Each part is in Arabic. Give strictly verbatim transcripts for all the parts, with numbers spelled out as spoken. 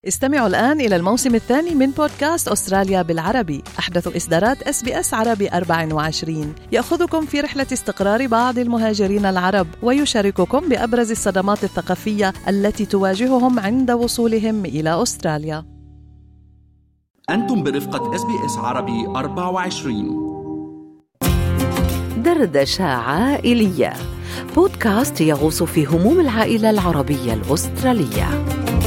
استمعوا الآن إلى الموسم الثاني من بودكاست أستراليا بالعربي، أحدث إصدارات إس بي إس عربي أربعة وعشرين، يأخذكم في رحلة استقرار بعض المهاجرين العرب ويشارككم بأبرز الصدمات الثقافية التي تواجههم عند وصولهم إلى أستراليا. أنتم برفقة إس بي إس عربي أربعة وعشرين. دردشة عائلية، بودكاست يغوص في هموم العائلة العربية الأسترالية.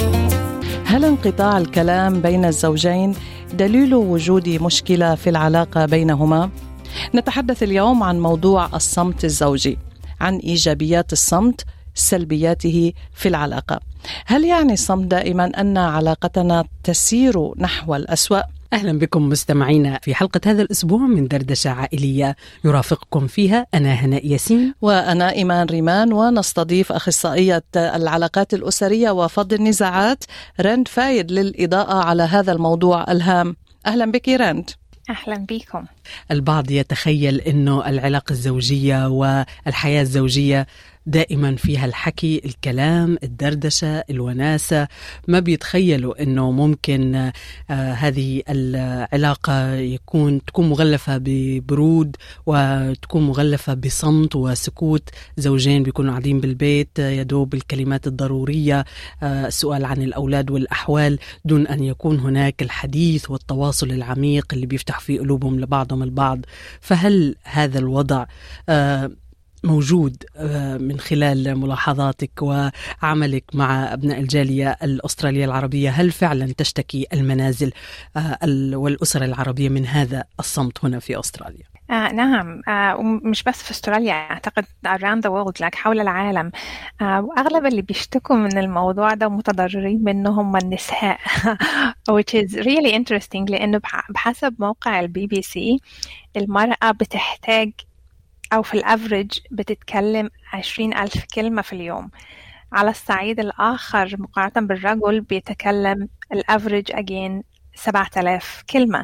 هل انقطاع الكلام بين الزوجين دليل وجود مشكلة في العلاقة بينهما؟ نتحدث اليوم عن موضوع الصمت الزوجي، عن إيجابيات الصمت، سلبياته في العلاقة. هل يعني الصمت دائما أن علاقتنا تسير نحو الأسوأ؟ أهلا بكم مستمعينا في حلقة هذا الأسبوع من دردشة عائلية، يرافقكم فيها أنا هناء ياسين وأنا إيمان ريمان، ونستضيف أخصائية العلاقات الأسرية وفض النزاعات رند فايد للإضاءة على هذا الموضوع الهام. أهلا بك رند. أهلا بكم. البعض يتخيل أنه العلاقة الزوجية والحياة الزوجية دائما فيها الحكي، الكلام، الدردشة، الوناسة. ما بيتخيلوا أنه ممكن آه هذه العلاقة يكون تكون مغلفة ببرود وتكون مغلفة بصمت وسكوت. زوجين بيكونوا قاعدين بالبيت يدوب الكلمات الضرورية، آه السؤال عن الأولاد والأحوال، دون أن يكون هناك الحديث والتواصل العميق اللي بيفتح في قلوبهم لبعضهم البعض. فهل هذا الوضع آه موجود من خلال ملاحظاتك وعملك مع أبناء الجالية الأسترالية العربية؟ هل فعلا تشتكي المنازل والأسر العربية من هذا الصمت هنا في أستراليا؟ آه نعم، آه ومش بس في أستراليا، أعتقد around the world، like حول العالم. آه وأغلب اللي بيشتكوا من الموضوع ده متضررين منه هم النساء which is really interesting، لأنه بحسب موقع البي بي سي المرأة بتحتاج أو في الأفريج بتتكلم عشرين ألف كلمة في اليوم. على الصعيد الآخر مقارنة بالرجل بيتكلم الأفريج أجين سبعة آلاف كلمة.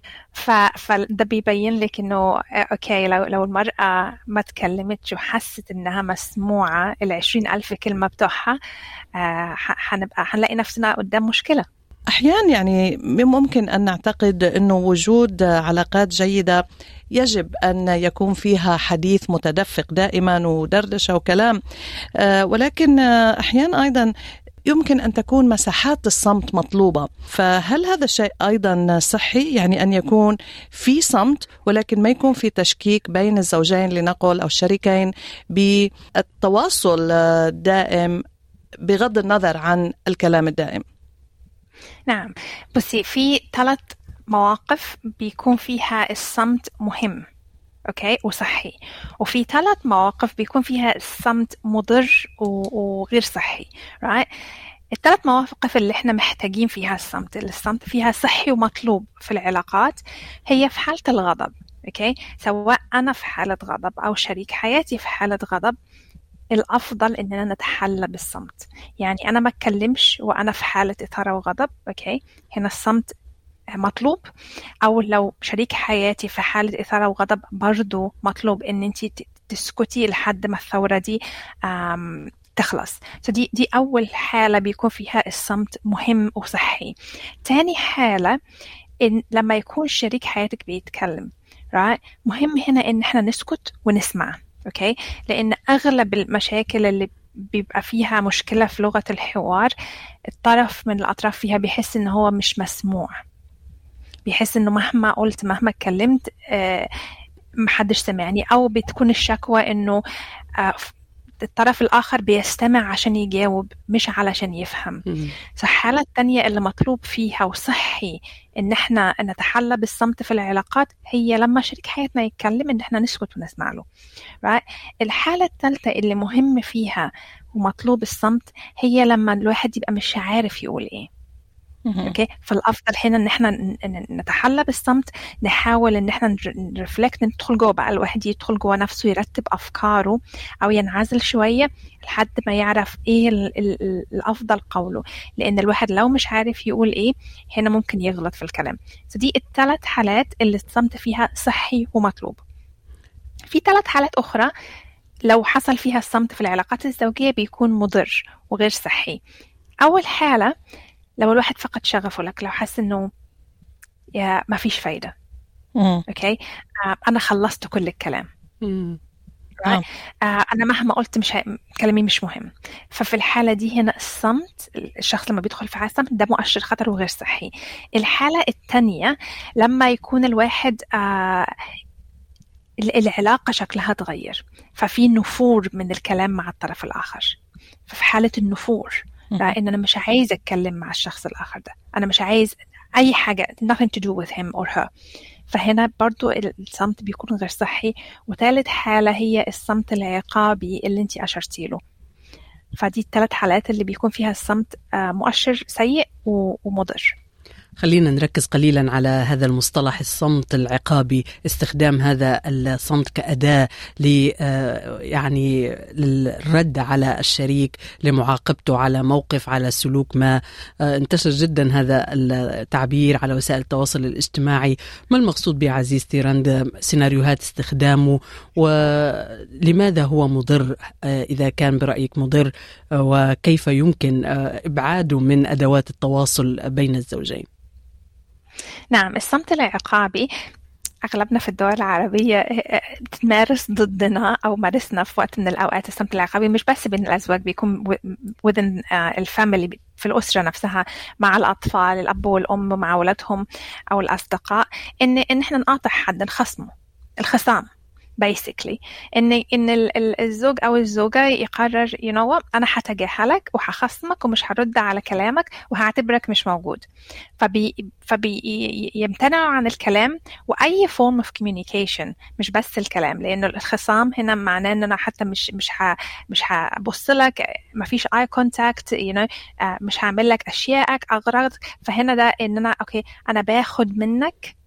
فده بيبين لك إنه أوكي، لو لو المرأة ما تكلمتش وحست إنها مسموعة العشرين ألف كلمة بتوعها، هنبقى هنلاقي نفسنا قدام مشكلة. أحيانا يعني ممكن أن نعتقد أنه وجود علاقات جيدة يجب أن يكون فيها حديث متدفق دائما ودردشة وكلام، ولكن أحيانا أيضا يمكن أن تكون مساحات الصمت مطلوبة. فهل هذا الشيء أيضا صحي؟ يعني أن يكون في صمت ولكن ما يكون في تشكيك بين الزوجين لنقل أو الشريكين بالتواصل الدائم بغض النظر عن الكلام الدائم. نعم، بصي، في ثلاث مواقف بيكون فيها الصمت مهم أوكي وصحي، وفي ثلاث مواقف بيكون فيها الصمت مضر وغير صحي. right? الثلاث مواقف اللي احنا محتاجين فيها الصمت، اللي الصمت فيها صحي ومطلوب في العلاقات، هي في حالة الغضب. أوكي، سواء أنا في حالة غضب أو شريك حياتي في حالة غضب، الأفضل إننا نتحلى بالصمت. يعني أنا ما أتكلمش وأنا في حالة إثارة وغضب، أوكي، هنا الصمت مطلوب. أو لو شريك حياتي في حالة إثارة وغضب، برضو مطلوب إن أنتي تسكتي لحد ما الثورة دي تخلص. دي دي أول حالة بيكون فيها الصمت مهم وصحي. تاني حالة إن لما يكون شريك حياتك بيتكلم، right? مهم هنا إن إحنا نسكت ونسمع. أوكي، لأن أغلب المشاكل اللي بيبقى فيها مشكلة في لغة الحوار، الطرف من الأطراف فيها بيحس إنه هو مش مسموع، بيحس إنه مهما قلت مهما اتكلمت آه محدش سمعني، أو بتكون الشكوى إنه آه الطرف الآخر بيستمع عشان يجاوب مش علشان يفهم. فالحالة التانية اللي مطلوب فيها وصحي إن احنا نتحلى بالصمت في العلاقات هي لما شريك حياتنا يتكلم إن احنا نسكت ونسمع له. right? الحالة الثالثة اللي مهم فيها ومطلوب الصمت هي لما الواحد يبقى مش عارف يقول إيه. اوكي، فالافضل هنا ان احنا نتحلى بالصمت، نحاول ان احنا نرفلكت، ندخل جوه بقى، الواحد يدخل جوه نفسه، يرتب افكاره او ينعزل شويه لحد ما يعرف ايه ال ال الافضل قوله. لان الواحد لو مش عارف يقول ايه هنا ممكن يغلط في الكلام. فدي الثلاث حالات اللي الصمت فيها صحي ومطلوب. في ثلاث حالات اخرى لو حصل فيها الصمت في العلاقات الزوجيه بيكون مضر وغير صحي. اول حاله لو الواحد فقد شغفه لك، لو حس إنه يا ما فيش فايدة. مم. أوكي، آه أنا خلصت كل الكلام. مم. right? آه أنا مهما قلت مش هي... كلامي مش مهم. ففي الحالة دي هنا الصمت، الشخص لما بيدخل في حالة الصمت ده مؤشر خطر وغير صحي. الحالة الثانية لما يكون الواحد آه العلاقة شكلها تغير، ففي نفور من الكلام مع الطرف الآخر. ففي حالة النفور إن أنا مش عايز أتكلم مع الشخص الآخر ده، أنا مش عايز أي حاجة nothing to do with him or her، فهنا برضو الصمت بيكون غير صحي. وثالث حالة هي الصمت العقابي اللي انتي أشرتي له. فدي الثلاث حالات اللي بيكون فيها الصمت مؤشر سيء ومضر. خلينا نركز قليلا على هذا المصطلح الصمت العقابي، استخدام هذا الصمت كأداة ل يعني للرد على الشريك، لمعاقبته على موقف، على سلوك ما. انتشر جدا هذا التعبير على وسائل التواصل الاجتماعي. ما المقصود به عزيزتي رند؟ سيناريوهات استخدامه، ولماذا هو مضر إذا كان برأيك مضر، وكيف يمكن إبعاده من أدوات التواصل بين الزوجين؟ نعم، الصمت العقابي أغلبنا في الدول العربية تمارس ضدنا أو مارسنا في وقت من الأوقات. الصمت العقابي مش بس بين الأزواج، بيكون within الفاميلي، في الأسرة نفسها، مع الأطفال، الأب والأم مع أولادهم أو الأصدقاء، إن إن إحنا نقاطع حد، نخصمه، الخصام basically. إن إن الزوج أو الزوجة يقرر you know what أنا هتجاهلك وهخصمك ومش هرد على كلامك وهعتبرك مش موجود. فبي فبي يمتنعوا عن الكلام وأي form of communication، مش بس الكلام، لأنه الخصام هنا معناه إن أنا حتى مش مش ه مش هبص لك، ما فيش eye contact you know مش هعمل لك أشيائك، أغراض. فهنا ده إن أنا أوكي أنا باخد منك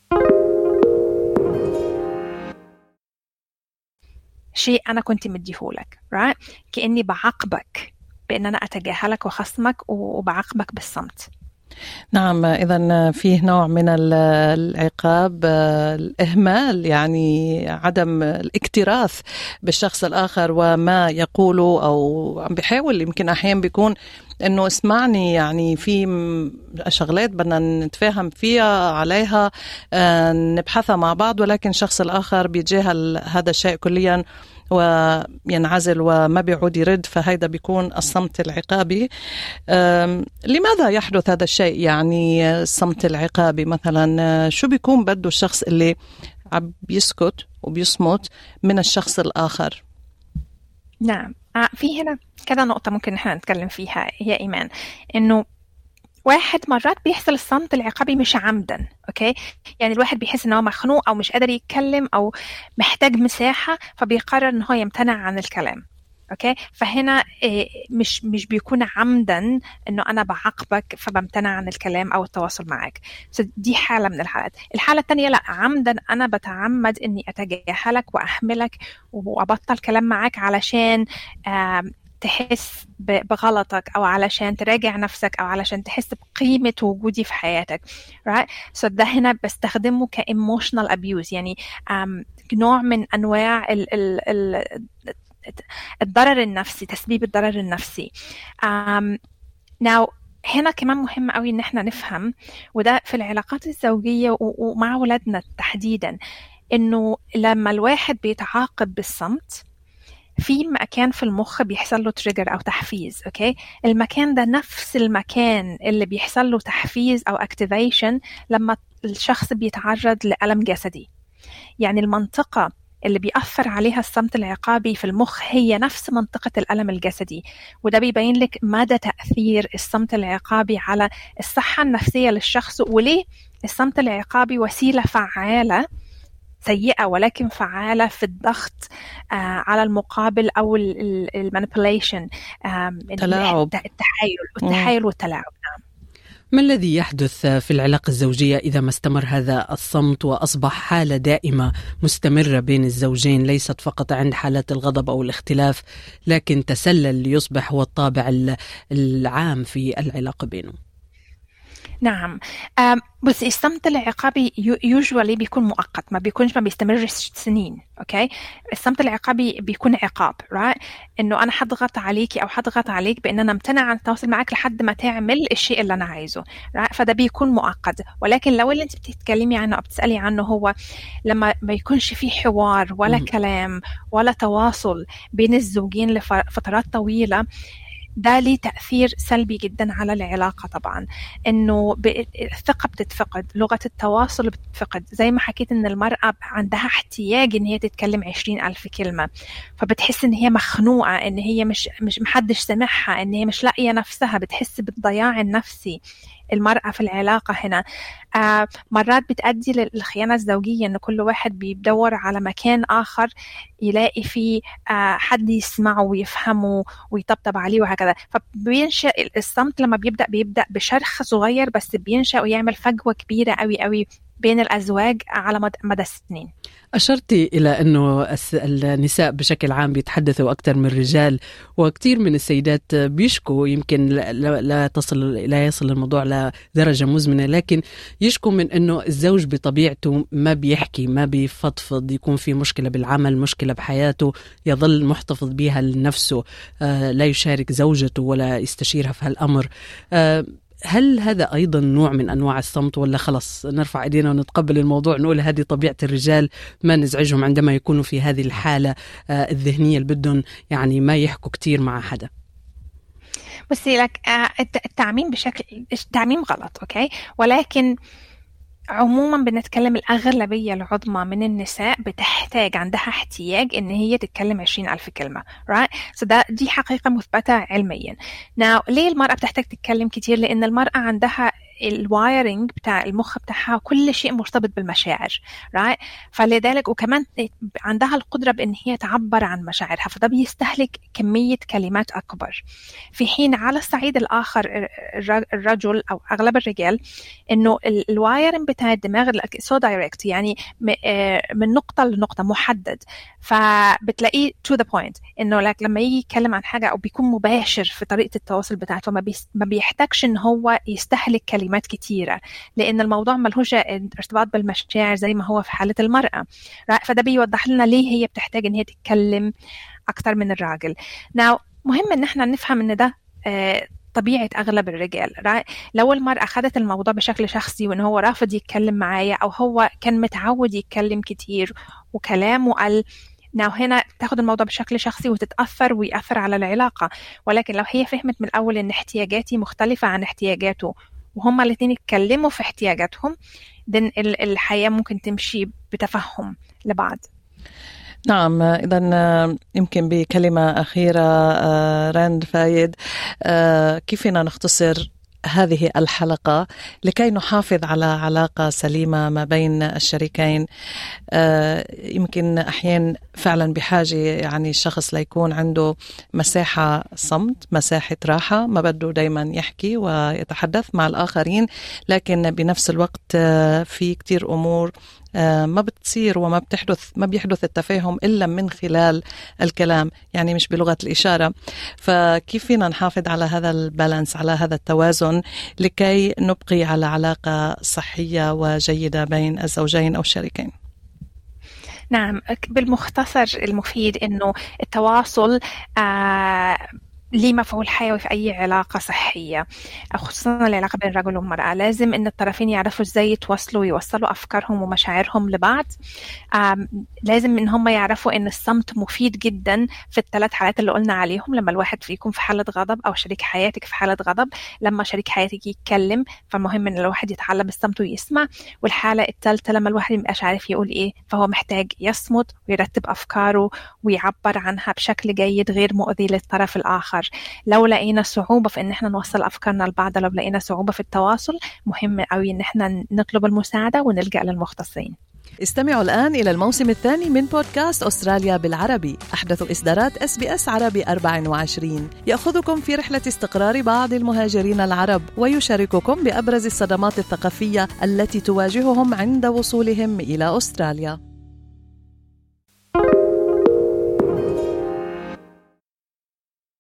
شيء أنا كنت مديهولك، right؟ كأني بعاقبك بأن أنا أتجاهلك وخصمك وبعاقبك بالصمت. نعم، إذن فيه نوع من العقاب، الإهمال، يعني عدم الاكتراث بالشخص الآخر وما يقوله، أو عم بيحاول يمكن أحيان بيكون إنه اسمعني، يعني في شغلات بدنا نتفاهم فيها عليها نبحثها مع بعض، ولكن الشخص الآخر بيتجاهل هذا الشيء كليا وينعزل وما بيعود يرد. فهيدا بيكون الصمت العقابي. لماذا يحدث هذا الشيء؟ يعني الصمت العقابي مثلا شو بيكون بده الشخص اللي عم بيسكت وبيصمت من الشخص الآخر؟ نعم، في هنا كذا نقطة ممكن نحن نتكلم فيها هي إيمان. إنه واحد مرات بيحصل الصمت العقابي مش عمدا، أوكي؟ يعني الواحد بيحس إنه مخنوق أو مش قادر يتكلم أو محتاج مساحة، فبيقرر إنه يمتنع عن الكلام، أوكي؟ فهنا مش مش بيكون عمدا إنه أنا بعاقبك فبمتنع عن الكلام أو التواصل معك. دي حالة من الحالات. الحالة الثانية لا، عمدا أنا بتعمد إني أتجاهلك وأحملك وأبطل كلام معك علشان تحس بغلطك أو علشان تراجع نفسك أو علشان تحس بقيمة وجودي في حياتك، right؟ so ده هنا بستخدمه كemotional abuse، يعني نوع من أنواع ال ال ال الضرر النفسي، تسبيب الضرر النفسي. um, now هنا كمان مهم قوي إن احنا نفهم، وده في العلاقات الزوجية ومع ولادنا تحديدا، إنه لما الواحد بيتعاقب بالصمت في مكان في المخ بيحصل له تريجر أو تحفيز، أوكي؟ المكان ده نفس المكان اللي بيحصل له تحفيز أو activation لما الشخص بيتعرض لألم جسدي. يعني المنطقة اللي بيأثر عليها الصمت العقابي في المخ هي نفس منطقة الألم الجسدي، وده بيبين لك مدى تأثير الصمت العقابي على الصحة النفسية للشخص، وليه الصمت العقابي وسيلة فعالة، سيئة ولكن فعالة في الضغط آه على المقابل أو المانيبيوليشن، التلاعب، التحايل والتحايل والتلاعب. نعم. ما الذي يحدث في العلاقة الزوجية إذا ما استمر هذا الصمت وأصبح حالة دائمة مستمرة بين الزوجين، ليست فقط عند حالات الغضب أو الاختلاف، لكن تسلل ليصبح هو الطابع العام في العلاقة بينهم؟ نعم. بس الصمت العقابي يوجوالي بيكون مؤقت، ما بيكونش ما بيستمرش سنين. اوكي، الصمت العقابي بيكون عقاب، right؟ انه انا حضغط عليكي او حضغط عليك بان انا امتنع عن التواصل معك لحد ما تعمل الشيء اللي انا عايزه، right؟ فده بيكون مؤقت. ولكن لو اللي انت بتتكلمي عنه او بتسالي عنه هو لما ما يكونش في حوار ولا م- كلام ولا تواصل بين الزوجين لفترات طويله، ده ليه تأثير سلبي جدا على العلاقة طبعا. انه الثقة بتتفقد، لغة التواصل بتتفقد. زي ما حكيت ان المرأة عندها احتياج ان هي تتكلم عشرين ألف كلمة، فبتحس ان هي مخنوقة، ان هي مش مش محدش سمعها، ان هي مش لاقية نفسها، بتحس بالضياع النفسي المرأة في العلاقة هنا. آه مرات بتؤدي للخيانة الزوجية، إن كل واحد بيدور على مكان آخر يلاقي فيه آه حد يسمعه ويفهمه ويطبطب عليه وهكذا. فبينشأ الصمت لما بيبدأ بيبدأ بشرخ صغير، بس بينشأ ويعمل فجوة كبيرة قوي قوي بين الأزواج على مدى السنين. أشرتي إلى أنه النساء بشكل عام بيتحدثوا أكثر من الرجال، وكثير من السيدات بيشكوا، يمكن لا تصل لا يصل الموضوع لدرجة مزمنة، لكن يشكوا من أنه الزوج بطبيعته ما بيحكي، ما بيفضفض، يكون في مشكلة بالعمل، مشكلة بحياته، يظل محتفظ بها لنفسه، لا يشارك زوجته ولا يستشيرها في هالأمر. هل هذا أيضا نوع من أنواع الصمت، ولا خلص نرفع إيدينا ونتقبل الموضوع، نقول هذه طبيعة الرجال، ما نزعجهم عندما يكونوا في هذه الحالة الذهنية اللي بدهم يعني ما يحكوا كتير مع حدا؟ بصي لك، التعميم بشكل التعميم غلط، أوكي، ولكن عموما بنتكلم الأغلبية العظمى من النساء بتحتاج، عندها احتياج إن هي تتكلم عشرين ألف كلمة، right؟ so ده دي حقيقة مثبتة علميا. Now ليه المرأة بتحتاج تتكلم كتير؟ لأن المرأة عندها الوايرنج بتاع المخ بتاعها كل شيء مرتبط بالمشاعر، right؟ فلذلك وكمان عندها القدرة بأن هي تعبر عن مشاعرها، فده بيستهلك كمية كلمات أكبر. في حين على الصعيد الآخر الرجل أو أغلب الرجال إنه الوايرنج بتاع الدماغ so direct، يعني من نقطة لنقطة محدد، فبتلاقيه to the point، إنه لك لما يجي يتكلم عن حاجة أو بيكون مباشر في طريقة التواصل بتاعته، ما, ما بيحتاجش إن هو يستهلك كلمات كتيرة، لأن الموضوع ملهوش ارتباط بالمشاعر زي ما هو في حالة المرأة. فده بيوضح لنا ليه هي بتحتاج إن هي تتكلم أكتر من الراجل. Now مهم إن احنا نفهم إن ده آه طبيعة أغلب الرجال. لو المرأة أخذت الموضوع بشكل شخصي وإن هو رافض يتكلم معايا، أو هو كان متعود يتكلم كتير وكلامه قل، ناو هنا تاخد الموضوع بشكل شخصي وتتأثر ويأثر على العلاقة. ولكن لو هي فهمت من الأول إن احتياجاتي مختلفة عن احتياجاته، وهما الاثنين يتكلموا في احتياجاتهم، then الحياة ممكن تمشي بتفهم لبعض. نعم، إذن يمكن بكلمة أخيرة راند فايد، كيف فينا نختصر هذه الحلقة لكي نحافظ على علاقة سليمة ما بين الشريكين؟ يمكن أحيان فعلا بحاجة يعني الشخص ليكون عنده مساحة صمت، مساحة راحة، ما بده دايما يحكي ويتحدث مع الآخرين، لكن بنفس الوقت في كتير أمور ما بتصير وما بتحدث ما بيحدث التفاهم إلا من خلال الكلام، يعني مش بلغة الإشارة. فكيف فينا نحافظ على هذا البالانس، على هذا التوازن، لكي نبقي على علاقة صحية وجيدة بين الزوجين أو الشريكين؟ نعم، بالمختصر المفيد إنه التواصل آه ليه مفعول حيوي في أي علاقة صحية، خصوصا العلاقة بين الرجل والمرأة. لازم إن الطرفين يعرفوا إزاي يتواصلوا ويوصلوا أفكارهم ومشاعرهم لبعض. لازم إن هم يعرفوا إن الصمت مفيد جدا في الثلاث حالات اللي قلنا عليهم، لما الواحد فيكم في حالة غضب أو شريك حياتك في حالة غضب، لما شريك حياتك يتكلم فالمهم إن الواحد يتعلم الصمت ويسمع. والحالة الثالثة لما الواحد مبقاش عارف يقول إيه، فهو محتاج يصمت ويرتب أفكاره ويعبر عنها بشكل جيد غير مؤذي للطرف الآخر. لو لقينا صعوبة في ان احنا نوصل افكارنا لبعض، لو لقينا صعوبة في التواصل، مهم قوي ان احنا نطلب المساعدة ونلجأ للمختصين. استمعوا الآن إلى الموسم الثاني من بودكاست أستراليا بالعربي، أحدث إصدارات إس بي إس عربي أربعة وعشرين، يأخذكم في رحلة استقرار بعض المهاجرين العرب ويشارككم بأبرز الصدمات الثقافية التي تواجههم عند وصولهم إلى أستراليا.